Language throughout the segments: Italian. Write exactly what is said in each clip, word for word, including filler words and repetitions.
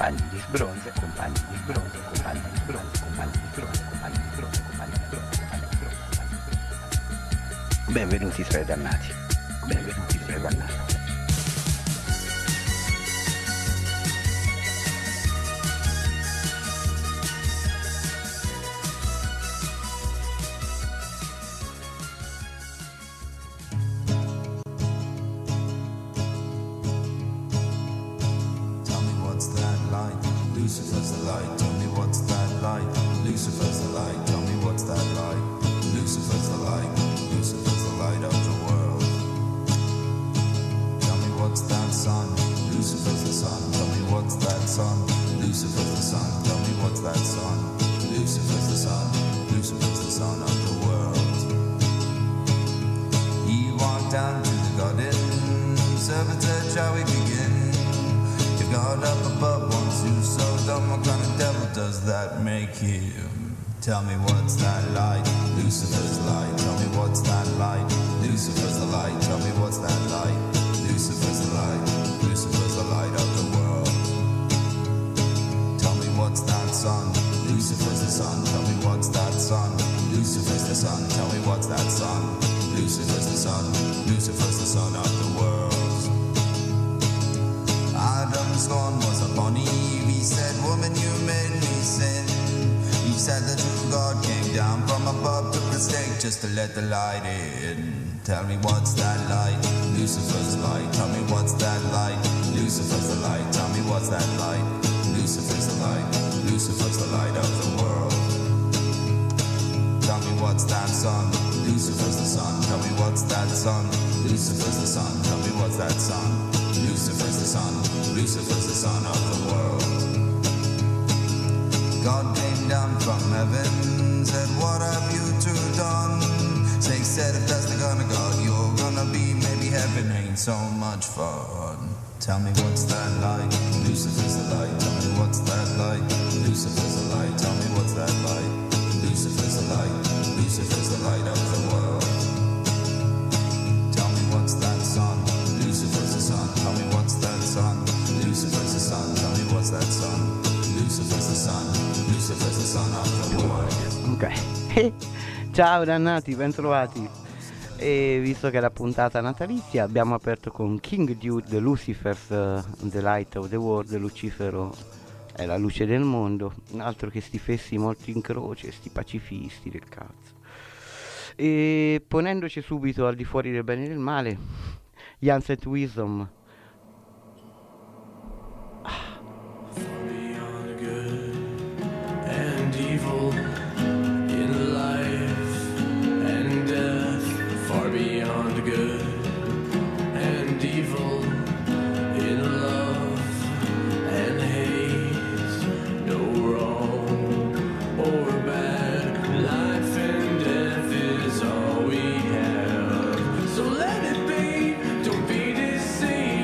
compagni di sbronzo, compagni di sbronzo, compagni di sbronzo, compagni di sbronzo, compagni di sbronzo, compagni di sbronzo, compagni di sbronzo, compagni di sbronzo. Benvenuti tra i dannati, benvenuti tra i dannati. Lucifer's the light, tell me what's that light? Lucifer's the light, tell me what's that light? Lucifer's the light, Lucifer's the light of the world. Tell me what's that sun? Lucifer's the sun, tell me what's that sun? Lucifer's the sun, tell me what's that sun? Lucifer's the sun, Lucifer's the sun of the world. He walked down to the garden, servant said, shall we begin? If God up above wants you so dumb, what kind of devil does that make him? Tell me what's that light? Lucifer's light. Tell me what's that light? Lucifer's the light. Tell me what's that light? Lucifer's the light. Lucifer's the light of the world. Tell me what's that sun? Lucifer's the sun. Tell me what's that sun? Lucifer's the sun. Tell me what's that sun? Lucifer's the sun. Lucifer's the sun of the world. Adam's scorn was upon Eve. He said, woman, you made me sin. He said the true God came down from above, took the stake just to let the light in. Tell me what's that light? Lucifer's light. Tell me what's that light? Lucifer's the light. Tell me what's that light? Lucifer's the light. Lucifer's the light of the world. Tell me what's that sun? Lucifer's the sun. Tell me what's that sun? Lucifer's the sun. Tell me what's that sun? Lucifer's the sun, Lucifer's the son of the world. God came down from heaven, said, what have you two done? Snake said, if that's the kind of God you're gonna be, maybe heaven ain't so much fun. Tell me what's that light? Lucifer's the light. Tell me what's that light? Lucifer's the light. Tell me what's that light? Lucifer's the light. Lucifer's the light of the world. Tell me what's that sun? Lucifer's the sun, tell me what's that sun? Lucifer's the sun, tell me what's that sun? Lucifer's the sun, Lucifer's the sun of the world. Ok, ciao dannati, bentrovati. E visto che è la puntata natalizia, abbiamo aperto con King Jude, Lucifer's uh, the Light of the World. Lucifero è la luce del mondo, altro che sti fessi molto in croce, sti pacifisti del cazzo. E ponendoci subito al di fuori del bene e del male, The Ancient Wisdom. Far beyond good and evil in life and death, far beyond good and evil in love and hate, no wrong or bad, life and death is all we have, so let it be. Don't be deceived.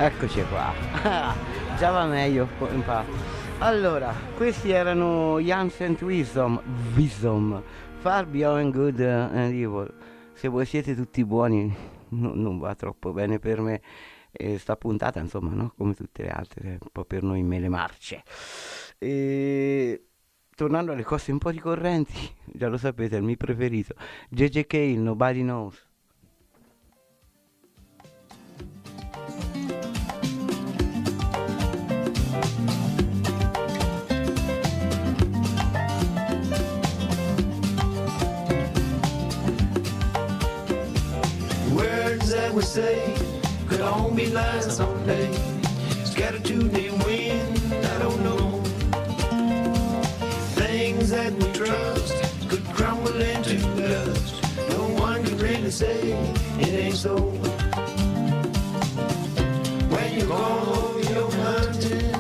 Eccoci qua. Già va meglio un po'. Allora, questi erano Ancient Wisdom, Wisdom, Far Beyond Good and Evil. Se voi siete tutti buoni, no, non va troppo bene per me. E sta puntata, insomma, no? Come tutte le altre, un po' per noi mele marce. E... tornando alle cose un po' ricorrenti, già lo sapete, il mio preferito, J J Cale, Nobody Knows. Words that we say could all be lies someday. Scattered to the wind, I don't know. Things that we trust could crumble into dust. No one can really say it ain't so. When you're going over your mountain,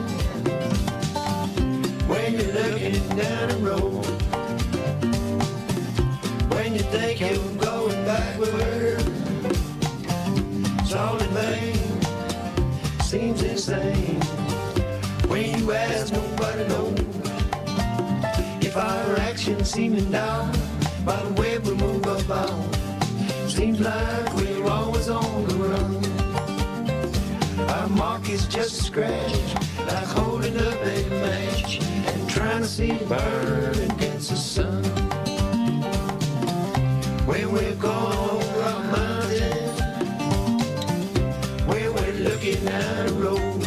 when you're looking down the road, when you think you're going backward, it's all in vain, seems insane. When you ask, nobody knows. If our actions seeming down by the way we move about, seems like we're always on the run. Our mark is just a scratch, like holding up a match and trying to see it burn against the sun. When we're going over our mountain, when we're looking down the road,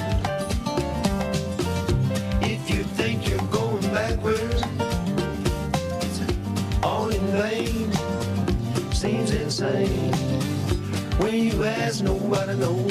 if you think you're going backwards, all in vain, seems insane. When you ask, nobody knows.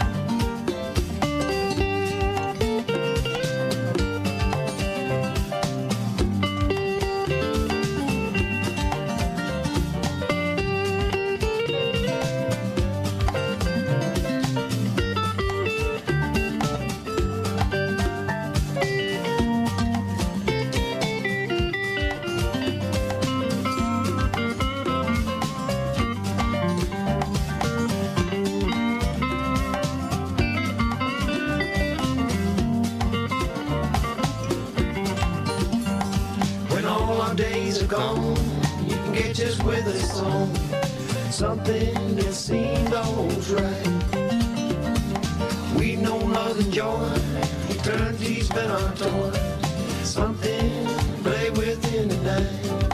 Gone, you can get just with a song, something that seemed almost right. We know love and joy, eternity's been our toy, something to play with in the night.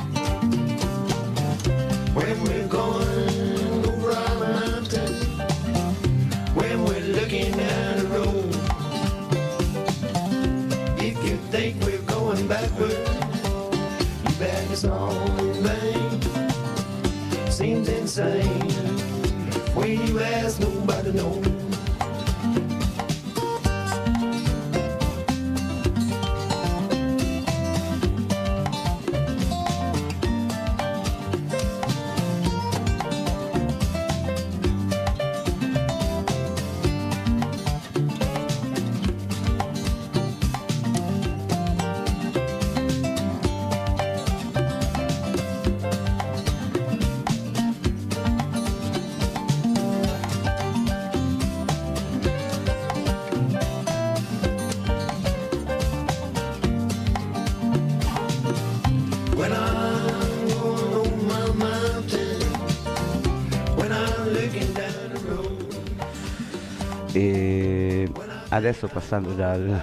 When we're going over our mountain, when we're looking down the road, if you think we're going backward, it's all in vain, seems insane. When you ask, nobody knows. E adesso passando dal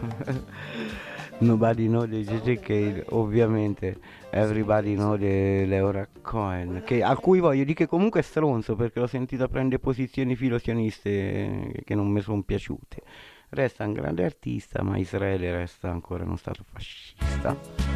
Nobody Know di J J Cale, ovviamente Everybody Know di Leora Cohen, che, a cui voglio dire che comunque è stronzo, perché l'ho sentito prendere posizioni filosioniste che non mi sono piaciute. Resta un grande artista, ma Israele resta ancora uno stato fascista.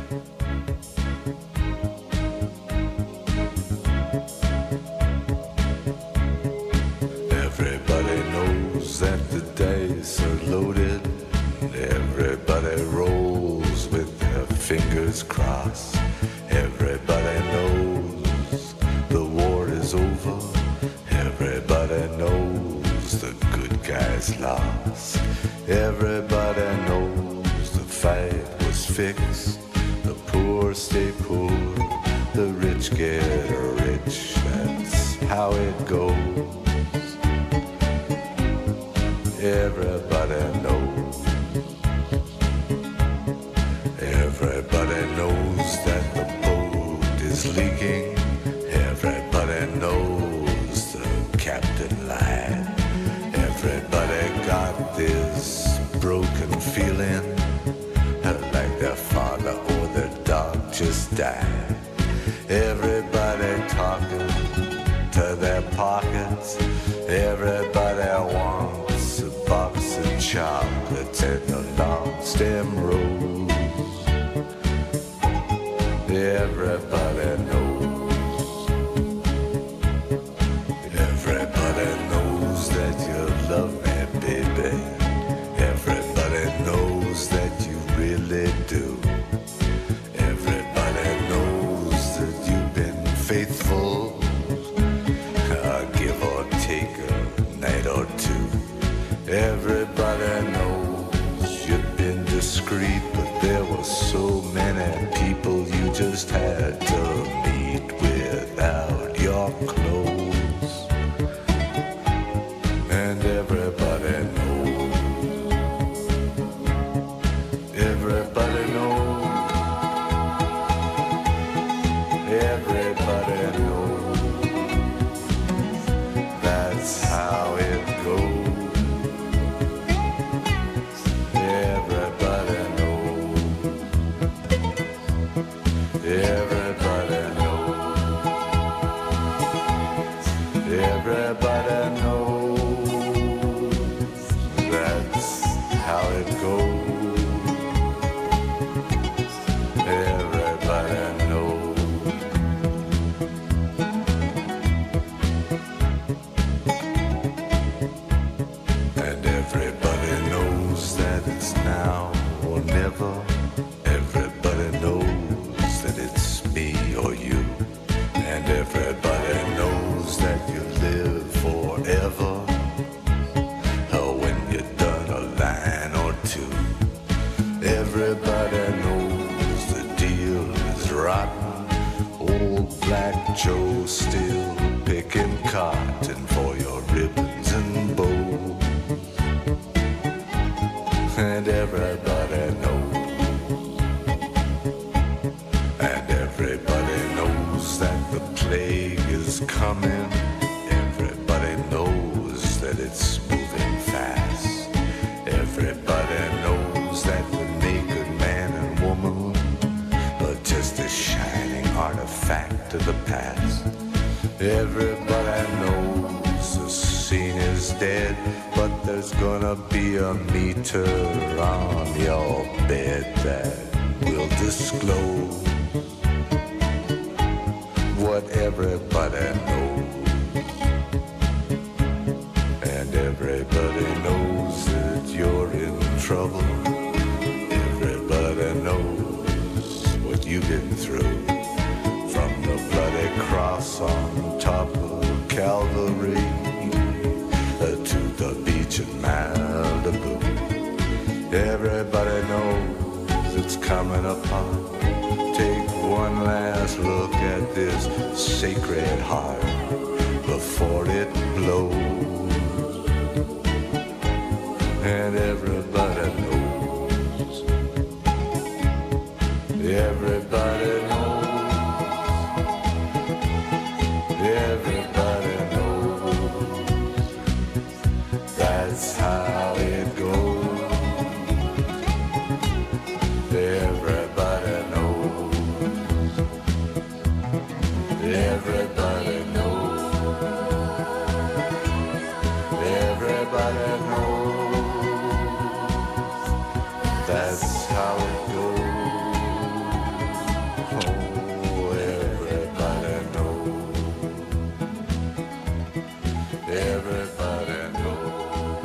That the dice are loaded, everybody rolls with their fingers crossed. Everybody knows the war is over, everybody knows the good guys lost. Everybody knows the fight was fixed, the poor stay poor, the rich get rich, that's how it goes. is leaking. Everybody knows the captain lied. Everybody got this broken feeling, like their father or their dog just died. Everybody talking to their pockets. Everybody wants a box of chocolates and a long stem rose. Everybody knows. Everybody knows that you love me, baby. Everybody knows that you really do. Everybody knows that you've been faithful, uh, give or take a night or two. Everybody knows you've been discreet, but there were so many people you just had to meet without your clothes. And everybody knows. Everybody knows. Everybody knows. That's how it goes. Everybody knows. Everybody knows. Everybody knows. That's how it goes. Everybody knows. And everybody knows that it's now or never. Everybody knows that it's me or you. And everybody knows that you live forever. Oh, when you're done a line or two. Everybody knows the deal is rotten. Old Black Joe still picking cotton for your ribbons and bows. And everybody knows. And everybody knows that the plague is coming. Everybody knows that it's moving fast. Everybody knows that the naked man and woman are just a shining artifact of the past. Everybody knows the scene is dead, but there's gonna be a meter on your bed that will disclose what everybody knows. And everybody knows that you're in trouble. Everybody knows what you've been through. From the bloody cross on top of Calvary uh, to the beach in Malibu. Everybody knows it's coming upon. Take one last look at this sacred heart before it blows. And everybody knows. Everybody knows. Everybody knows. That's how it goes. Everybody knows. Everybody knows. Everybody knows. That's how it goes. Oh, everybody knows. Everybody knows.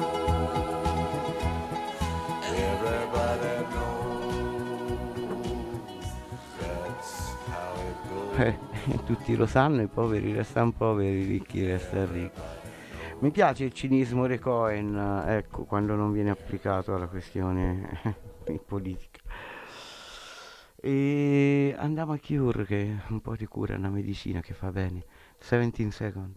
Everybody knows. That's how it goes. Eh, tutti lo sanno, i poveri restano poveri, i ricchi restano ricchi. Mi piace il cinismo dei Cohen, eh, ecco, quando non viene applicato alla questione politica. E andiamo a Cure, che un po' di cura è una medicina che fa bene. seventeen seconds.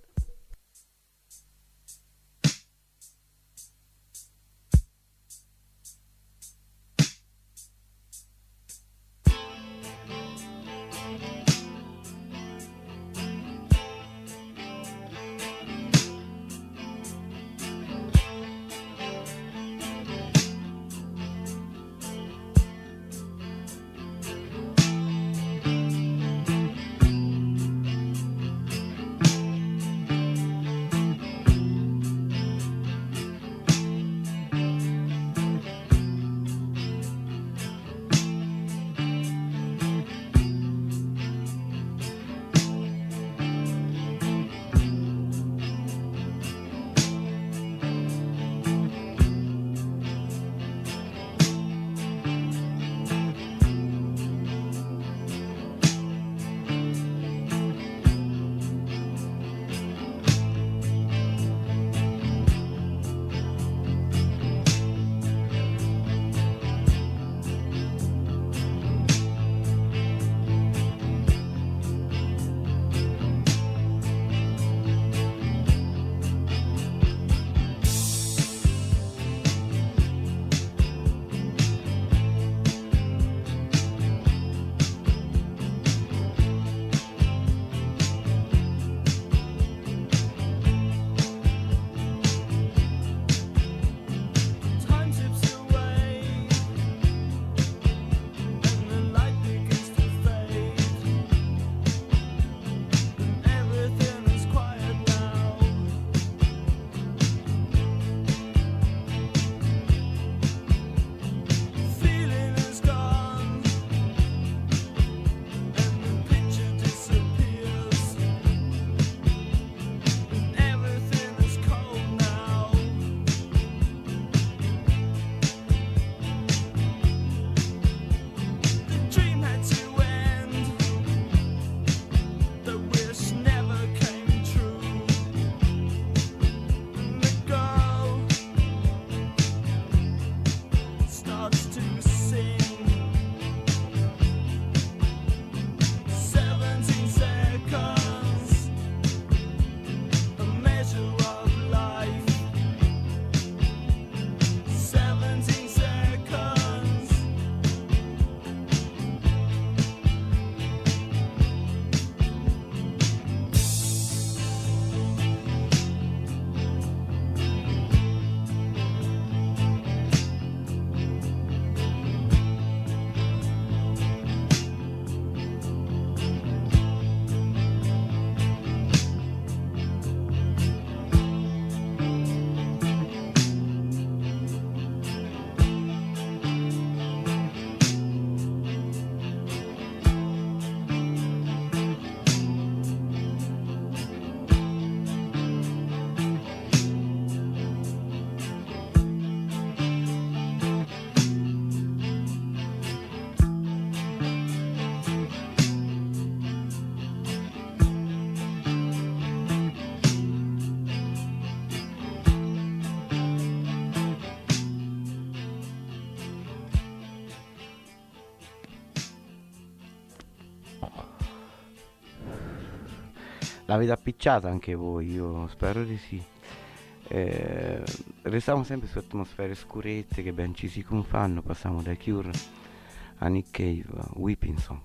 L'avete appicciata anche voi? Io spero di sì. Eh, restiamo sempre su atmosfere scurezze che ben ci si confanno. Passiamo da Cure a Nick Cave, Weeping Song.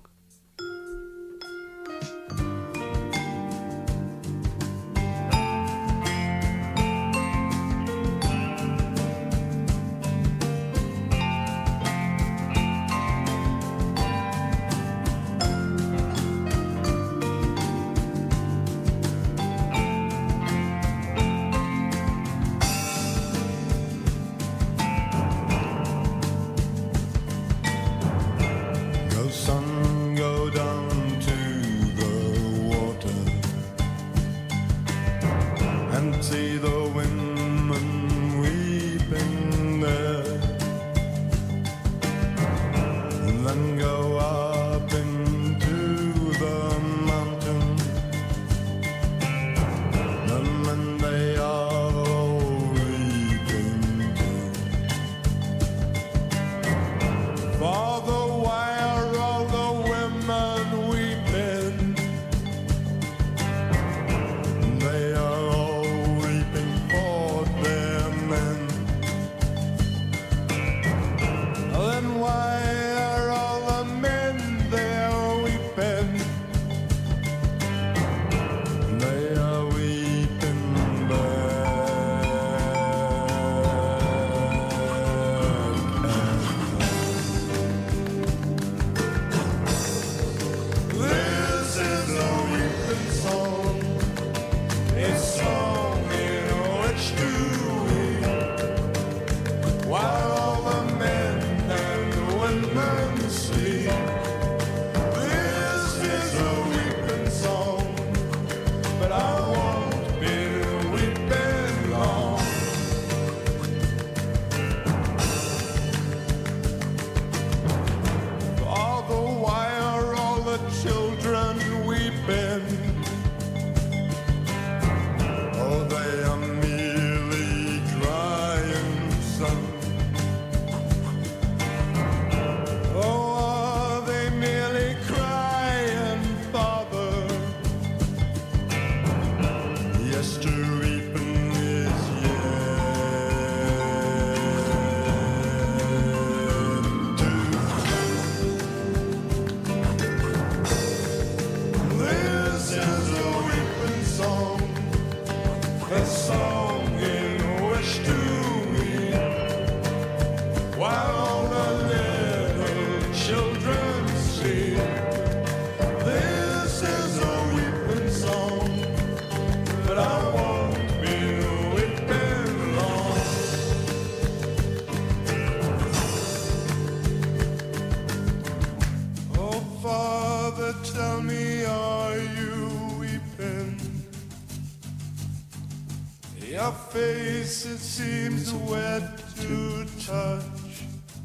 It seems wet to touch.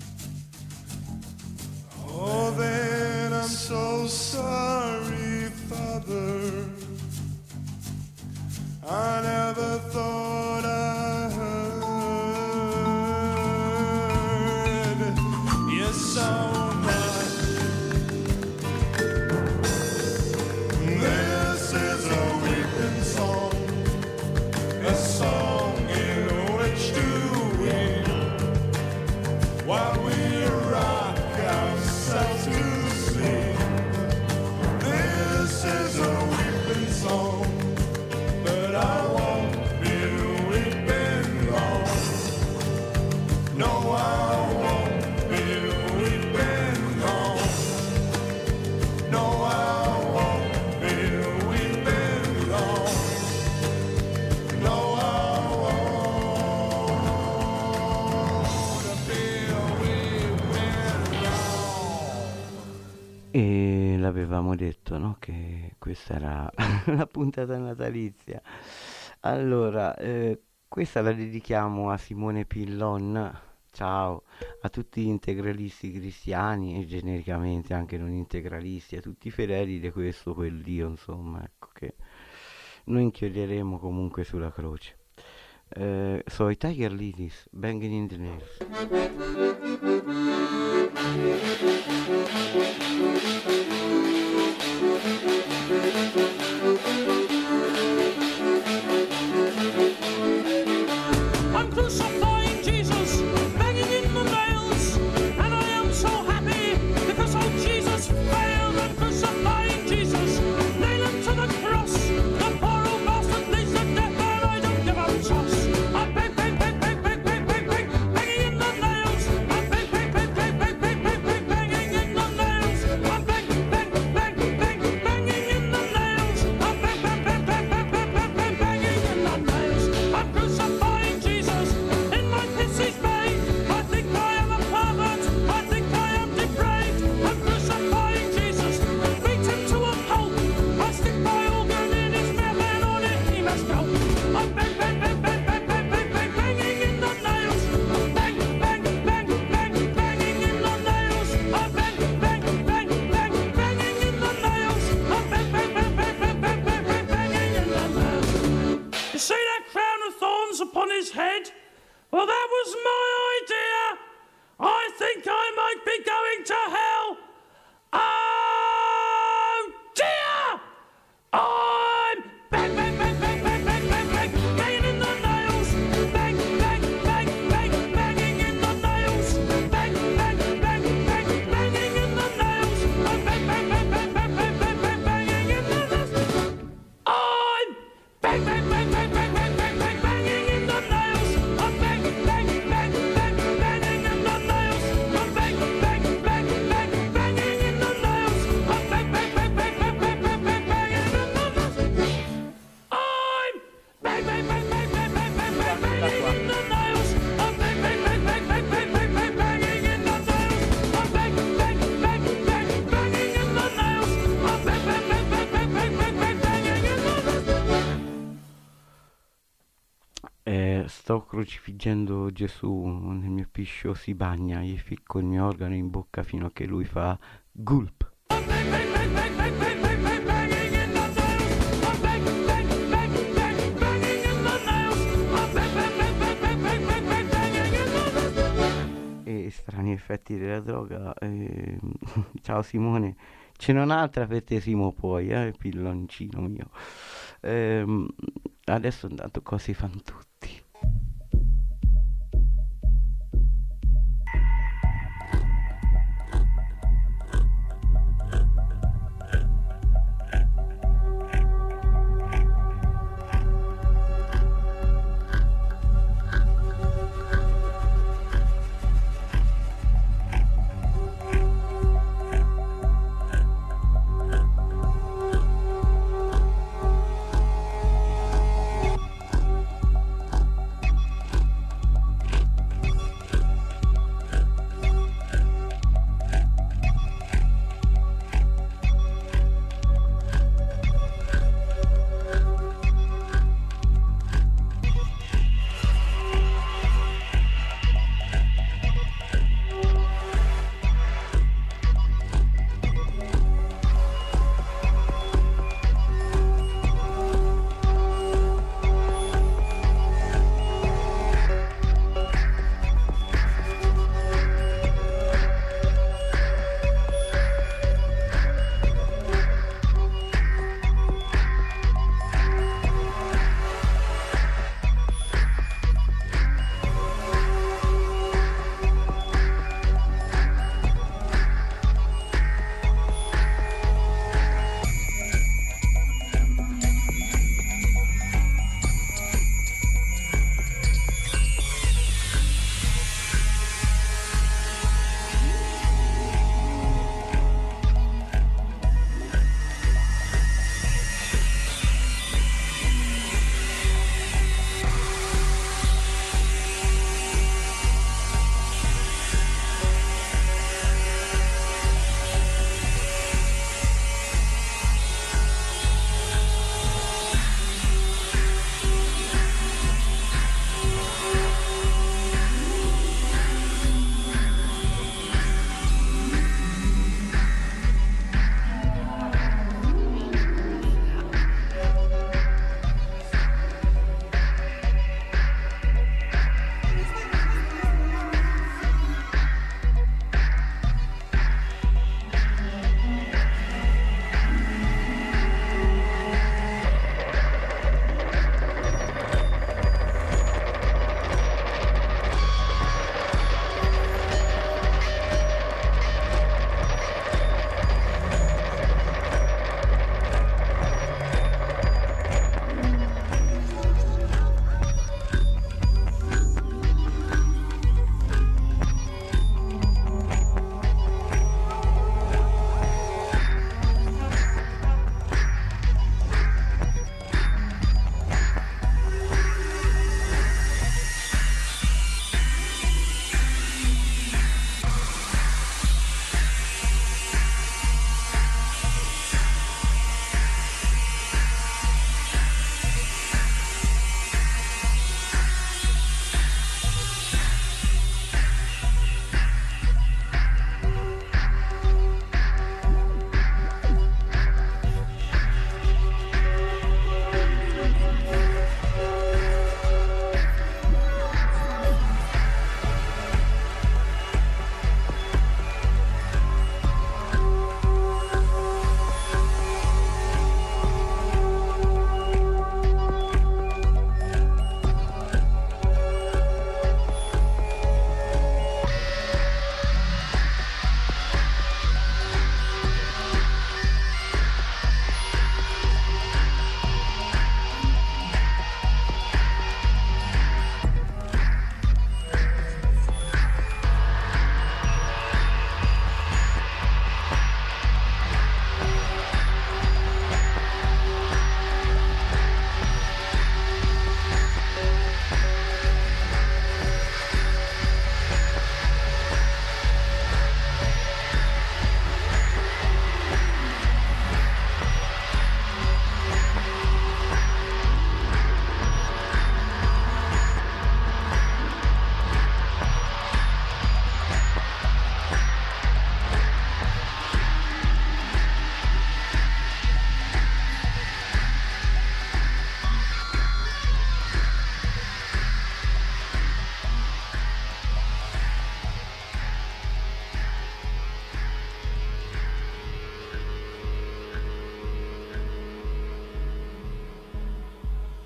Oh, then I'm so sorry, Father. I never thought I heard you so much. This is a weeping song, a song while we rock ourselves to sleep. This is a weeping song, but I won't be weeping long. No, I won't be weeping long. No, I won't be weeping long. No, I E l'avevamo detto, no? Che questa era la puntata natalizia. Allora, eh, questa la dedichiamo a Simone Pillon. Ciao a tutti gli integralisti cristiani e genericamente anche non integralisti, a tutti i fedeli di questo quel Dio, insomma, ecco, che noi inchioderemo comunque sulla croce. Eh, so i Tiger Lilies, Banging in the Nails. Thank you. Well, that was my idea. I think I might be going to hell. Oh dear! I'm bang, bang, bang, bang, bang, bang, bang, bang, banging in the nails. Bang, bang, bang, bang, banging in the nails. Bang, bang, bang, bang, banging in the nails. I'm bang, bang, bang, bang, bang, bang, bang, bang, banging in the nails. I'm bang, bang, bang, bang, bang, bang, bang, bang, banging in the nails. I'm bang, bang, bang, bang, banging in the nails. I'm bang, bang, bang, bang, banging in the nails. I'm bang, bang, bang, bang, bang, bang, bang, bang, banging in the nails. I'm bang, bang, bang, bang, bang, bang, bang, bang, banging in the nails. I'm bang, bang, bang, bang, bang, bang, bang, bang, banging in the nails. I'm bang, bang, bang, bang, banging in the nails. I'm bang, bang, bang, bang, bang, bang, bang, bang, banging in the nails. Eh, sto crocifiggendo Gesù nel mio piscio, si bagna, gli ficco il mio organo in bocca fino a che lui fa gulp. I'm bang, bang, bang, bang, bang, bang, bang, bang, banging in the nails. I'm bang, bang, bang, bang, banging in the nails. I'm bang, bang, bang, bang, bang, bang, bang, bang, banging in the nails. E strani effetti della droga. eh, Ciao Simone, ce n'è un'altra per te Simo poi, eh, pilloncino mio. Ehm, adesso intanto cose fanno tutti.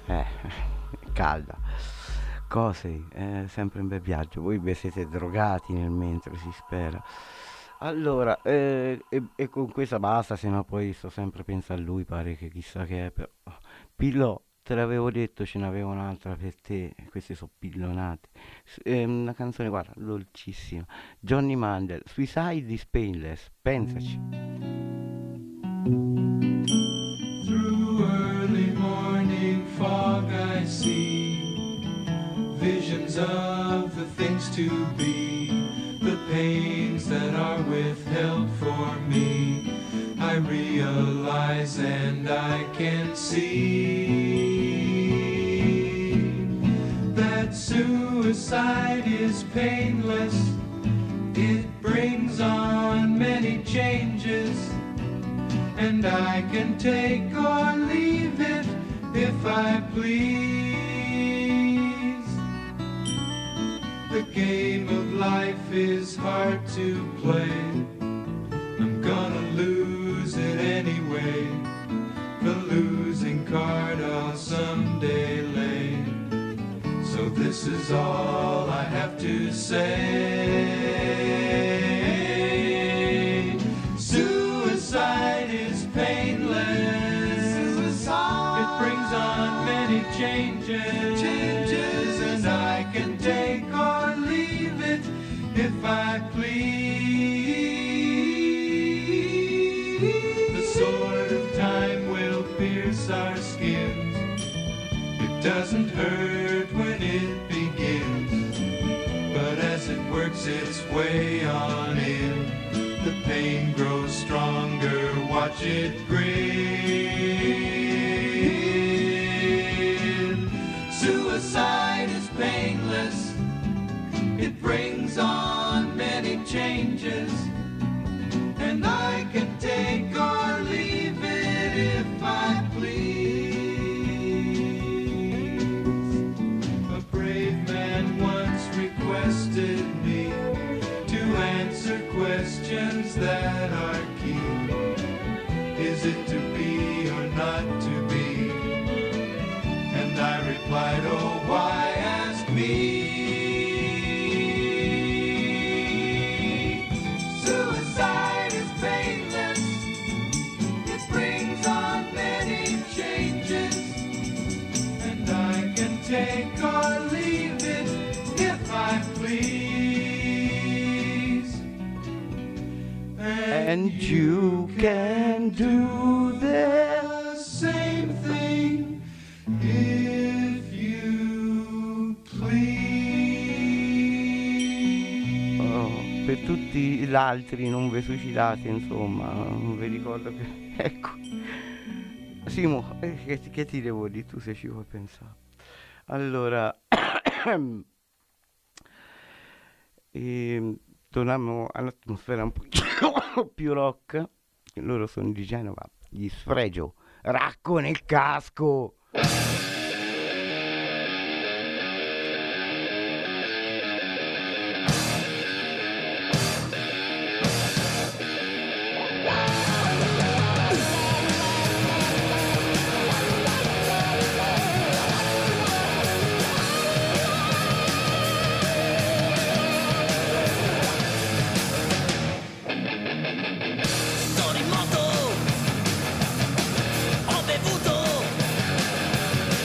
Eh, calda. Cose, è sempre un bel viaggio. Voi beh, siete drogati nel mentre, si spera. Allora, eh, e, e con questa basta, se no poi sto sempre a pensare a lui, pare che chissà che è. Però. Pillò, te l'avevo detto, ce n'avevo un'altra per te, queste sono pillonate. S- eh, una canzone, guarda, dolcissima. Johnny Mandel, Suicide is Painless, pensaci. Through early morning fog I see visions of the things to be, the pains that are withheld for me. I realize and I can see that suicide is painless. It brings on many changes, and I can take or leave it if I please. The game of life is hard to play. I'm gonna lose it anyway. The losing card I'll someday lay. So this is all I have to say. Suicide is painless. Suicide. It brings on many changes. Changes. And I can take or leave it if I please. The sword of time will pierce our skins. It doesn't hurt when it begins, but as it works its way on in, the pain grows stronger, watch it grin. Suicide is painless. It brings on many changes, and I can take or leave it if I please. A brave man once requested me to answer questions that are key. Is it to be or not to be? And I replied, oh, why ask me? Suicide is painless. It brings on many changes, and I can take or leave it if I please. And you can do the same thing if you please. Oh, per tutti gli altri non vi suicidate, insomma, non vi ricordo che... Ecco. Simo, eh, che, che ti devo dire? Tu se ci vuoi pensare. Allora... e, torniamo all'atmosfera un po' più rock. Loro sono di Genova, gli Sfregio. Racco nel casco! Sono in moto, ho bevuto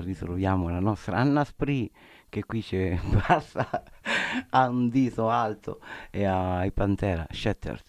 ritroviamo la nostra Anna Spree che qui ci passa a un dito alto e ai Pantera Shattered.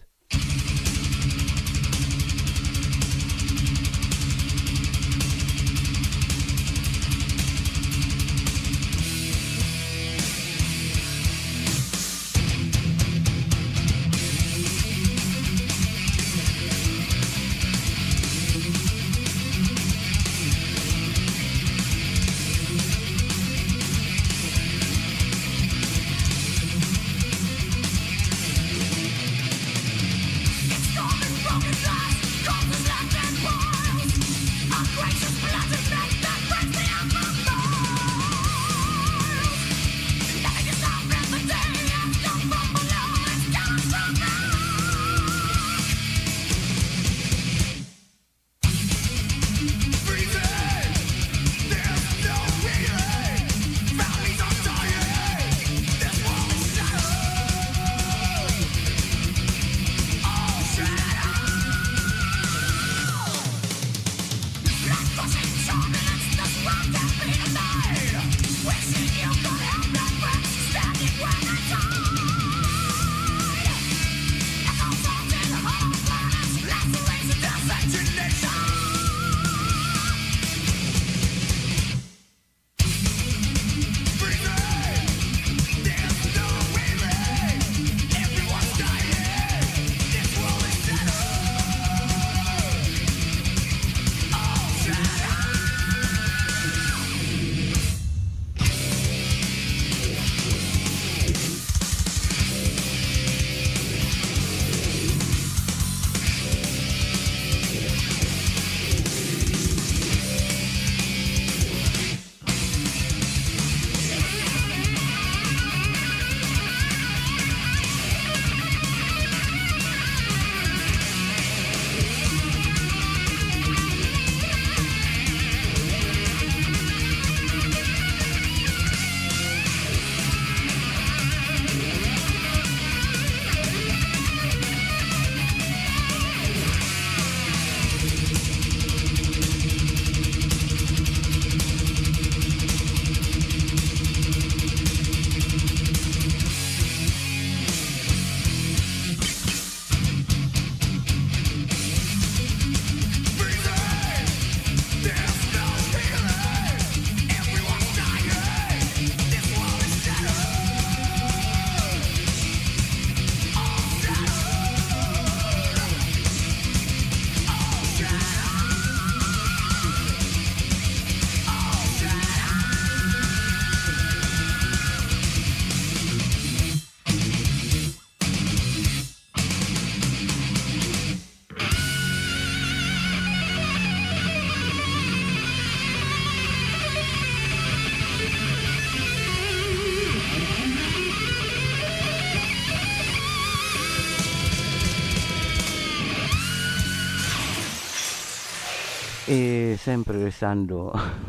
E sempre restando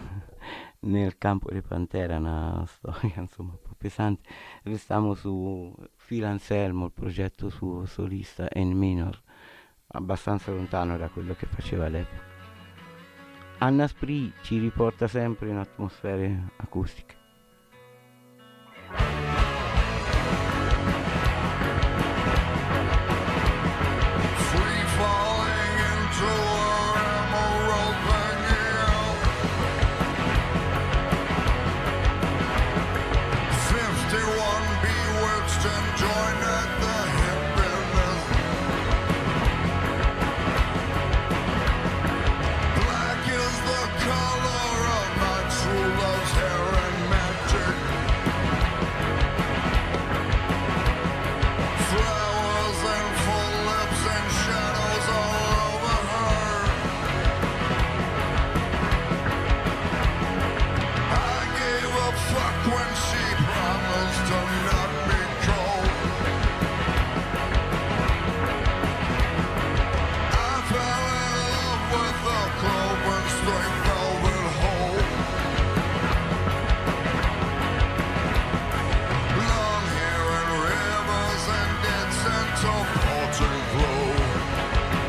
nel campo di Pantera, una storia insomma un po' pesante, restiamo su Phil Anselmo, il progetto suo solista in minor, abbastanza lontano da quello che faceva all'epoca. Anna Spree ci riporta sempre in atmosfere acustiche.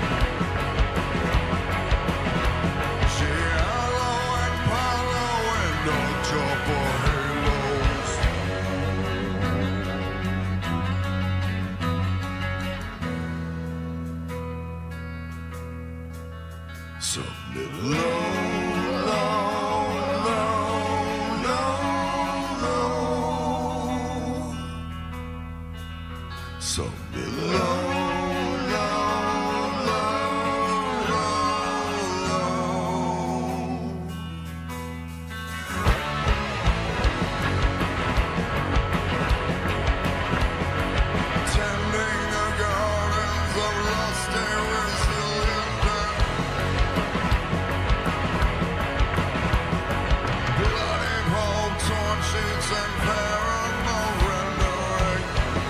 She yellow and Palo Submit low, low, low, low, low. Submit low, low, low, low, low. Tending the gardens of lusty resilient men. Bloody pole, torn sheets and paramount rendering.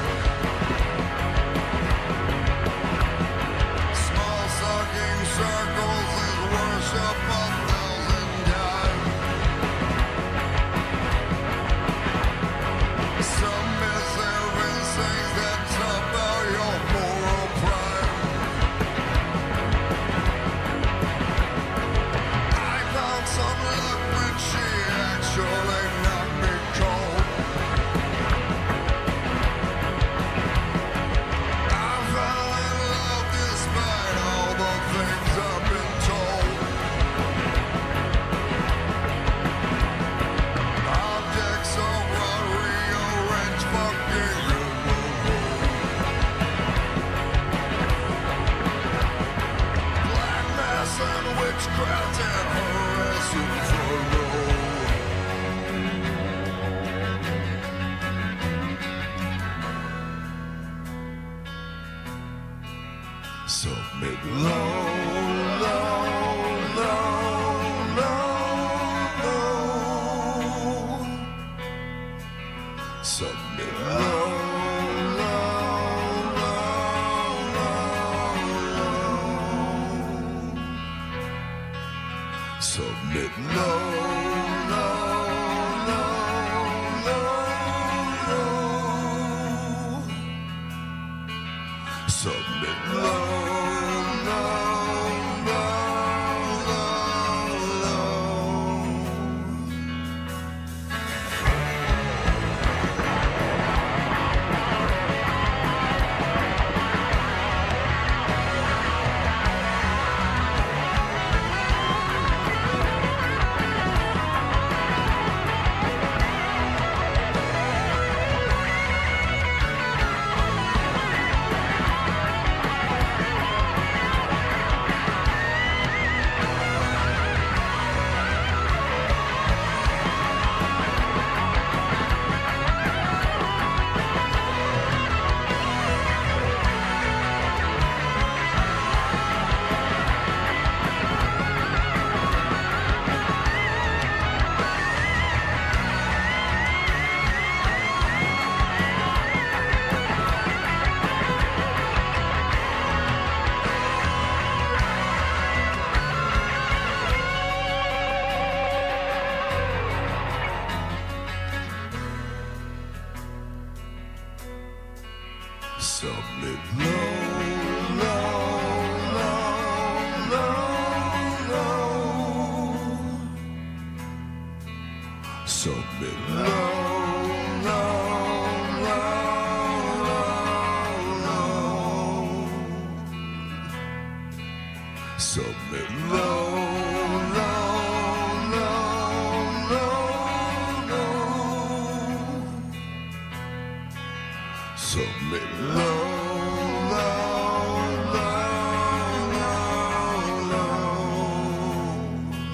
Small sucking circles is worship a thousand times. Submissive instincts that top out your moral pride. I found some luck when she actually knocked me cold. I fell in love despite all the things I've been told. Objects of what rearrange fucking in the room. Black mass and witchcraft and harassing for low. Submit low, low, low, low, low. Submit low, low, low, low, low. Submit low, low, low, low, low. Submit low, low, low, low, low. Submit low, low, low, low, low. Submit low, low, low, low, low. Submit low, low, low, low, low. Submit low, low, low, low, low.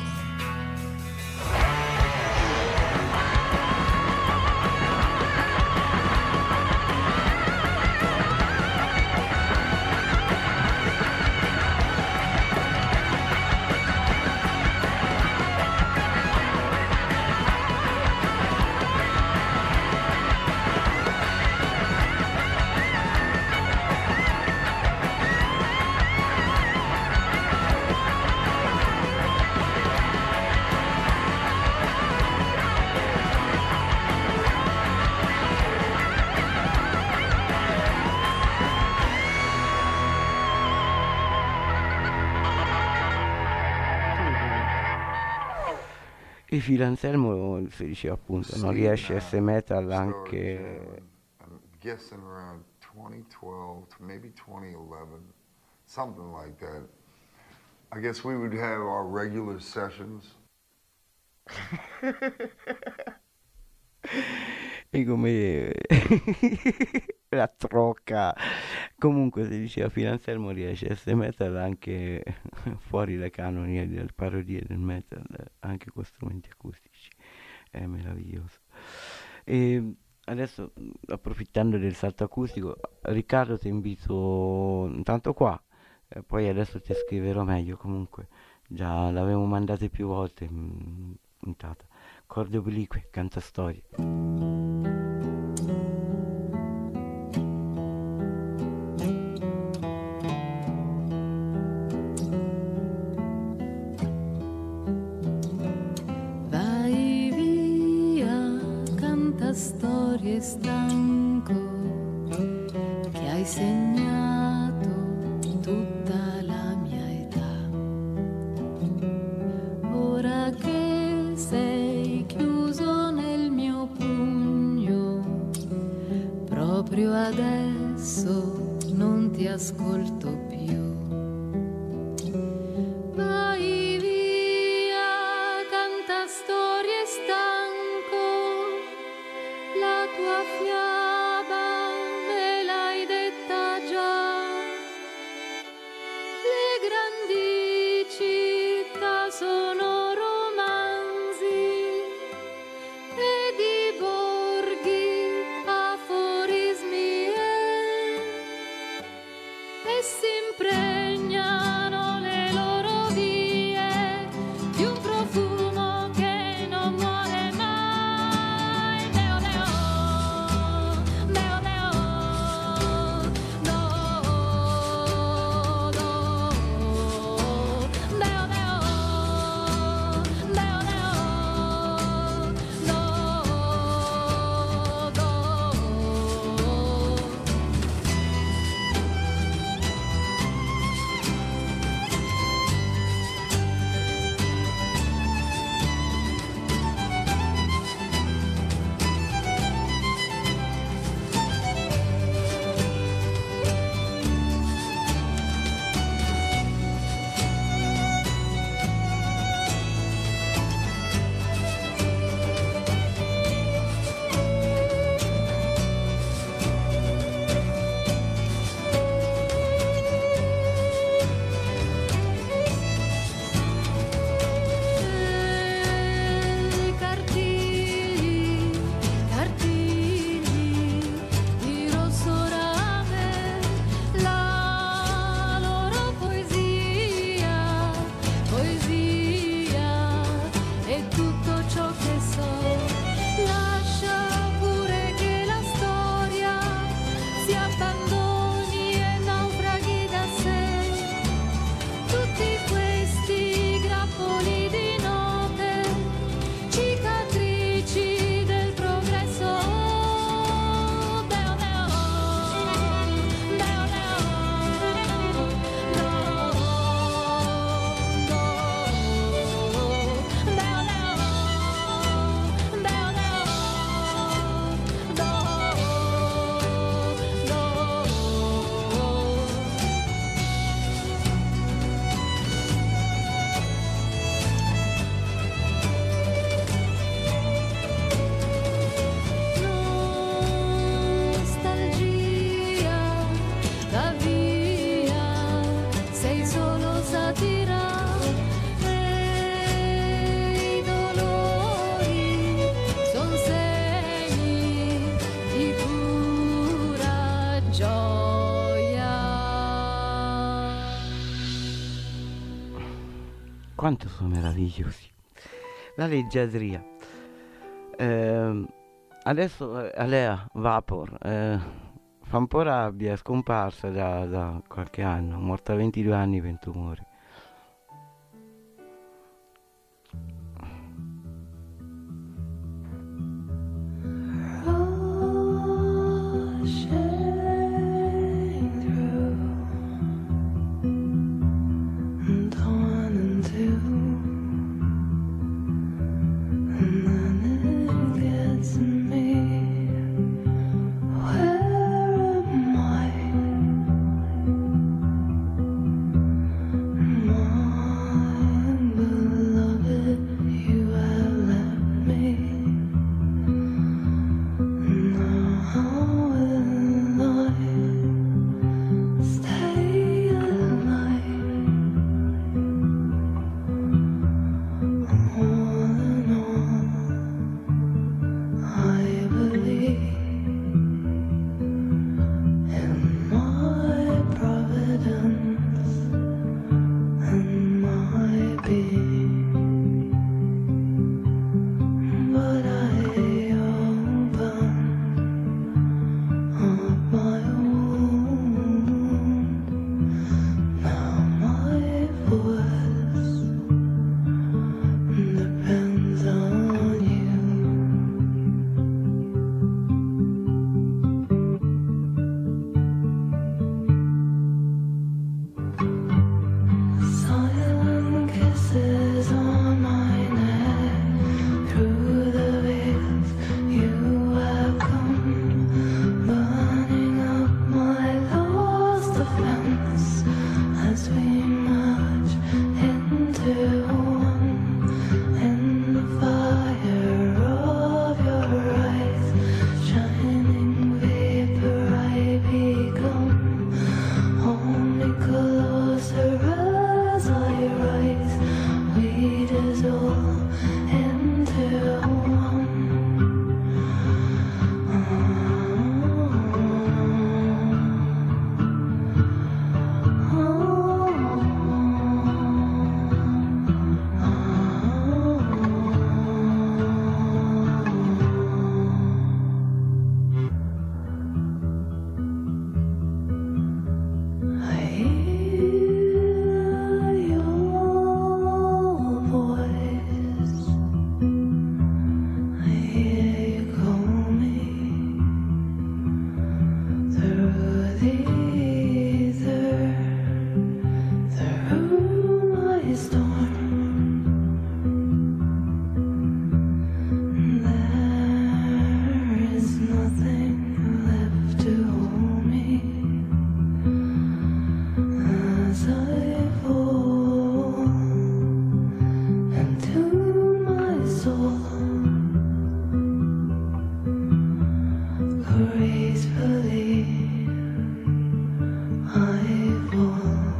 E Phil Anselmo si diceva appunto, non riesce a essere metal anche... I'm guessing around twenty twelve to maybe twenty eleven, something like that. I guess we would have our regular sessions. E come la trocca. Comunque si diceva Phil Anselmo riesce a essere metal anche fuori le canoni delle parodie del metal, anche con strumenti acustici. È meraviglioso. E adesso, approfittando del salto acustico, Riccardo ti invito intanto qua, e poi adesso ti scriverò meglio. Comunque già l'avevo mandate più volte in puntata. Corde oblique, canta storie. Vai via, canta storie stanco, che hai segnato tutta la mia età. Ora che sei chiuso nel mio pugno, proprio adesso non ti ascolto più. Vai via, canta storie stanco, la tua fiaba me l'hai detta già. Le grandi città sono romanzi ed i borghi aforismi e, e si impregnano le loro vie di un profumo che non muore mai. Deo deo, deo deo, do, do, deo deo, deo deo, do, do. Cartigli, cartigli di rosso rame, la loro poesia, poesia è tutto ciò che so. Lascia pure che la storia si abbandoni e naufraghi da sé. Tutti questi grappoli di note, cicatrici del progresso. Deo deo, deo deo, do, do, deo deo, deo deo, do, do. Nostalgia, va via, sei solo satira e i dolori son segni di pura gioia. Quanto sono meravigliosi. La leggiadria. Ehm, adesso eh, Alea Vapor eh, fa un po' rabbia, è scomparsa da, da qualche anno, morta a ventidue anni per un tumore. Where am I? gracefully I fall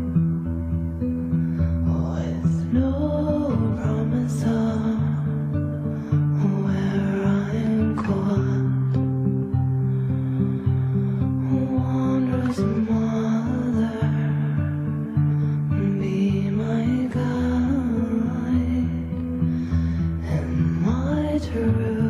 with no promise of where I'm caught. Wondrous mother, be my guide and my truth.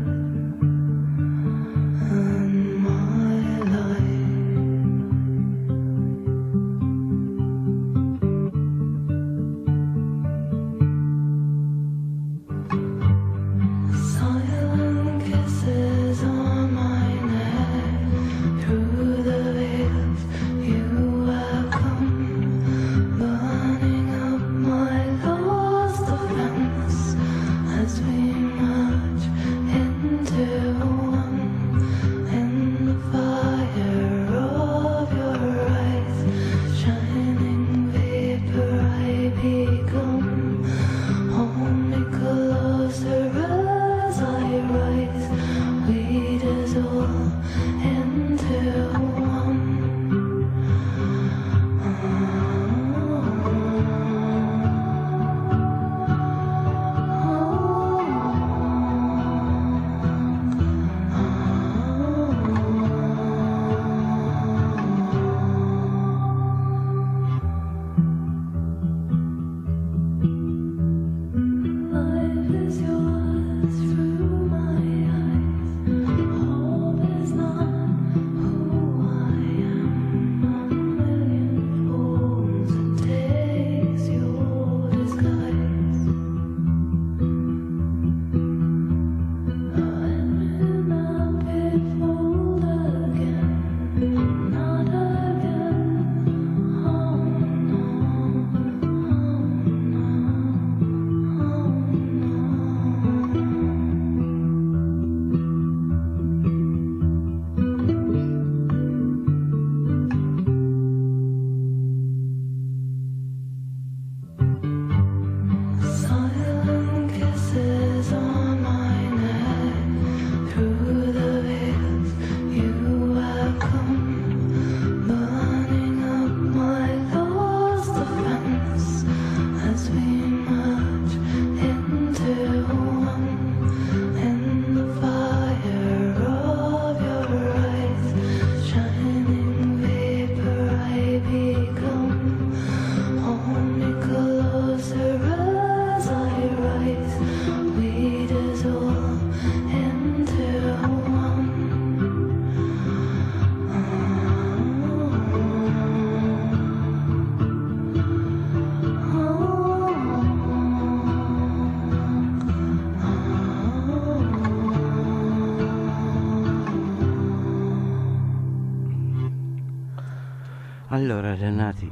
Allora, Giannati,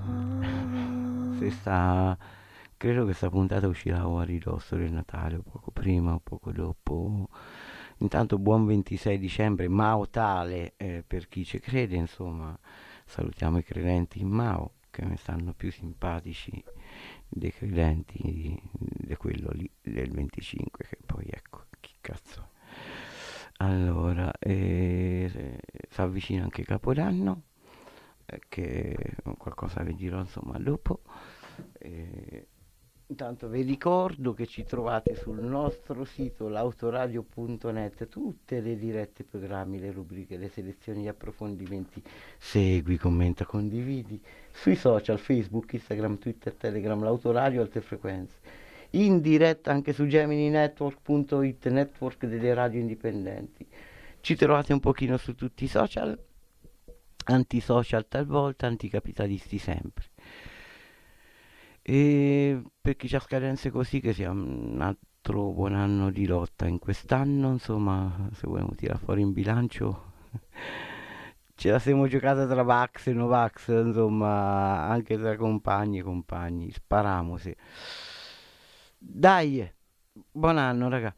se sta... credo che questa puntata uscirà o a ridosso del Natale, o poco prima o poco dopo. Intanto buon ventisei dicembre, Mao tale, eh, per chi ci crede, insomma, salutiamo i credenti in Mao, che mi stanno più simpatici dei credenti di, di quello lì del venticinque, che poi ecco, chi cazzo è. Allora, eh, si avvicina anche Capodanno, eh, che qualcosa vi dirò insomma dopo. Eh, intanto vi ricordo che ci trovate sul nostro sito l'autoradio punto net tutte le dirette, programmi, le rubriche, le selezioni, gli approfondimenti. Segui, commenta, condividi sui social, Facebook, Instagram, Twitter, Telegram, l'autoradio, alte frequenze, in diretta anche su gemini network punto it, network delle radio indipendenti. Ci trovate un pochino su tutti i social, antisocial talvolta, anticapitalisti sempre. E per chi ha scadenze così, che sia un altro buon anno di lotta in quest'anno, insomma, se vogliamo tirare fuori in bilancio ce la siamo giocata tra Vax e Novax, insomma, anche tra compagni e compagni, sparamosi. Dai, buon anno raga.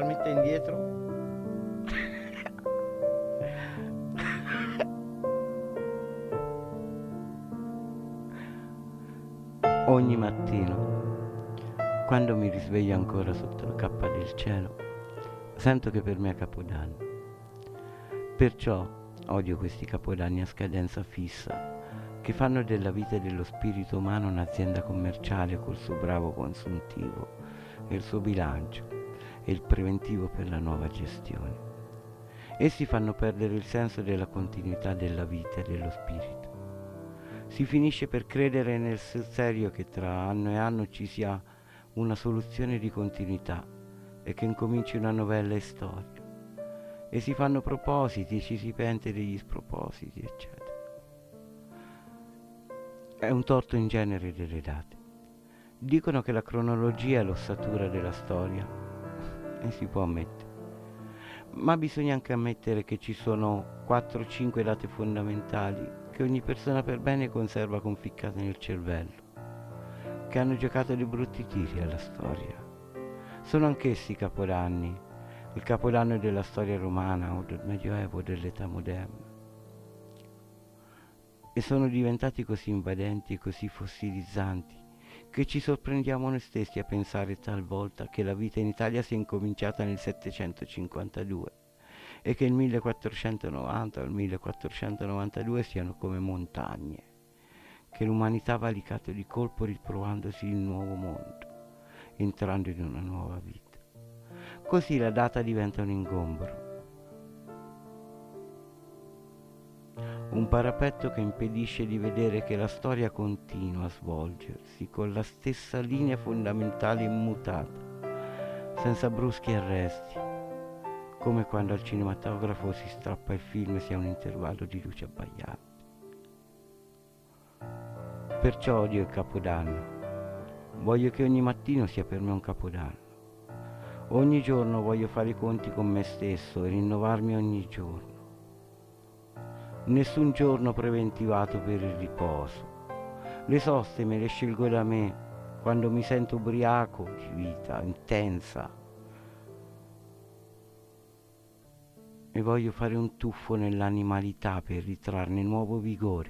far mettere indietro? Ogni mattino, quando mi risveglio ancora sotto la cappa del cielo, sento che per me è Capodanno. Perciò odio questi capodanni a scadenza fissa, che fanno della vita e dello spirito umano un'azienda commerciale col suo bravo consuntivo e il suo bilancio e il preventivo per la nuova gestione. Essi fanno perdere il senso della continuità della vita e dello spirito. Si finisce per credere nel sul serio che tra anno e anno ci sia una soluzione di continuità e che incominci una novella e storia. E si fanno propositi e ci si pente degli spropositi, eccetera. È un torto in genere delle date. Dicono che la cronologia è l'ossatura della storia, e si può ammettere. Ma bisogna anche ammettere che ci sono quattro o cinque date fondamentali che ogni persona per bene conserva conficcate nel cervello, che hanno giocato dei brutti tiri alla storia. Sono anch'essi capodanni, il capodanno della storia romana o del Medioevo o dell'età moderna. E sono diventati così invadenti e così fossilizzanti che ci sorprendiamo noi stessi a pensare talvolta che la vita in Italia sia incominciata nel settecentocinquantadue e che il millequattrocentonovanta o il millequattrocentonovantadue siano come montagne, che l'umanità ha valicato di colpo ritrovandosi il nuovo mondo, entrando in una nuova vita. Così la data diventa un ingombro, un parapetto che impedisce di vedere che la storia continua a svolgersi con la stessa linea fondamentale immutata, senza bruschi arresti, come quando al cinematografo si strappa il film e si ha un intervallo di luce abbagliante. Perciò odio il Capodanno. Voglio che ogni mattino sia per me un Capodanno. Ogni giorno voglio fare i conti con me stesso e rinnovarmi ogni giorno. Nessun giorno preventivato per il riposo. Le soste me le scelgo da me quando mi sento ubriaco di vita intensa e voglio fare un tuffo nell'animalità per ritrarne nuovo vigore.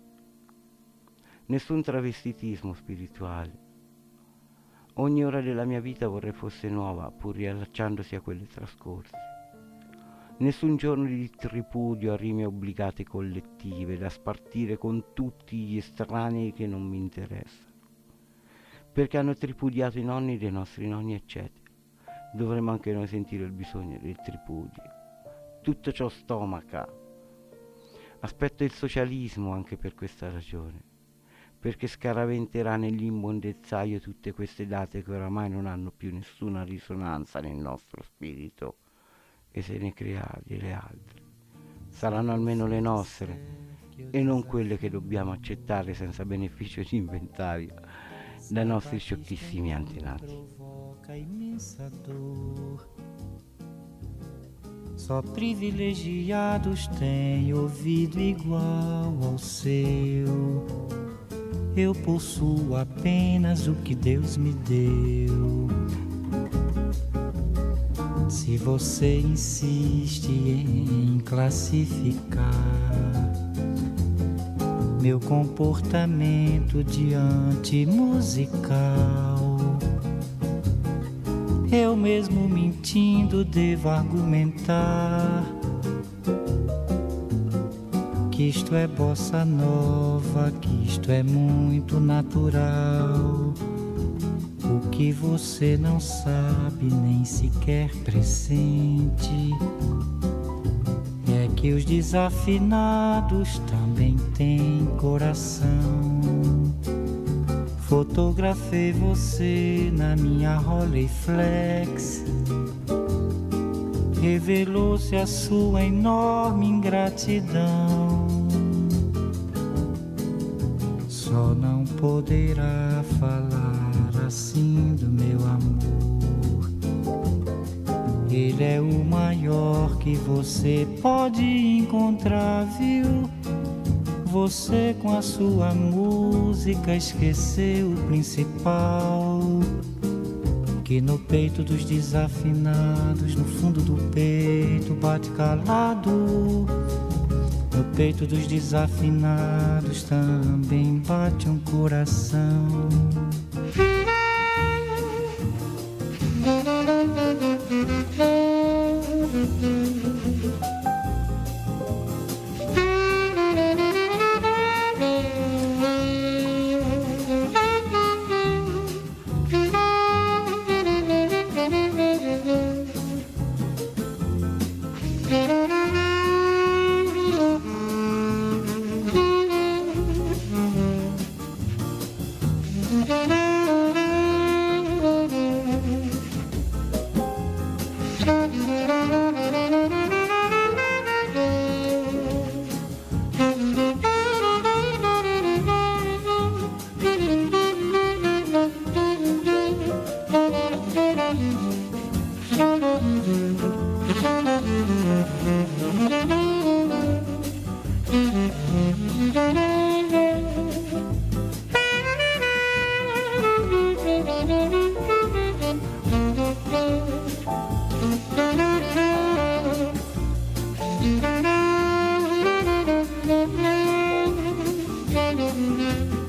Nessun travestitismo spirituale. Ogni ora della mia vita vorrei fosse nuova, pur riallacciandosi a quelle trascorse. Nessun giorno di tripudio a rime obbligate collettive da spartire con tutti gli estranei che non mi interessano, perché hanno tripudiato i nonni dei nostri nonni, eccetera. Dovremmo anche noi sentire il bisogno del tripudio. Tutto ciò stomaca. Aspetto il socialismo anche per questa ragione, perché scaraventerà nell'immondezzaio tutte queste date che oramai non hanno più nessuna risonanza nel nostro spirito, e se ne crea delle altre. Saranno almeno le nostre e non quelle che dobbiamo accettare senza beneficio di inventario dai nostri sciocchissimi antenati. Só privilegiados têm ouvido igual ao seu. Eu possuo apenas o que Deus me deu. Se você insiste em classificar meu comportamento diante musical, eu mesmo mentindo devo argumentar que isto é bossa nova, que isto é muito natural. O que você não sabe nem sequer pressente é que os desafinados também têm coração. Fotografei você na minha Rolleiflex. Revelou-se a sua enorme ingratidão. Só não poderá falar assim do meu amor. Ele é o maior que você pode encontrar, viu? Você com a sua música esqueceu o principal, que no peito dos desafinados, no fundo do peito bate calado. No peito dos desafinados também bate um coração. Thank you.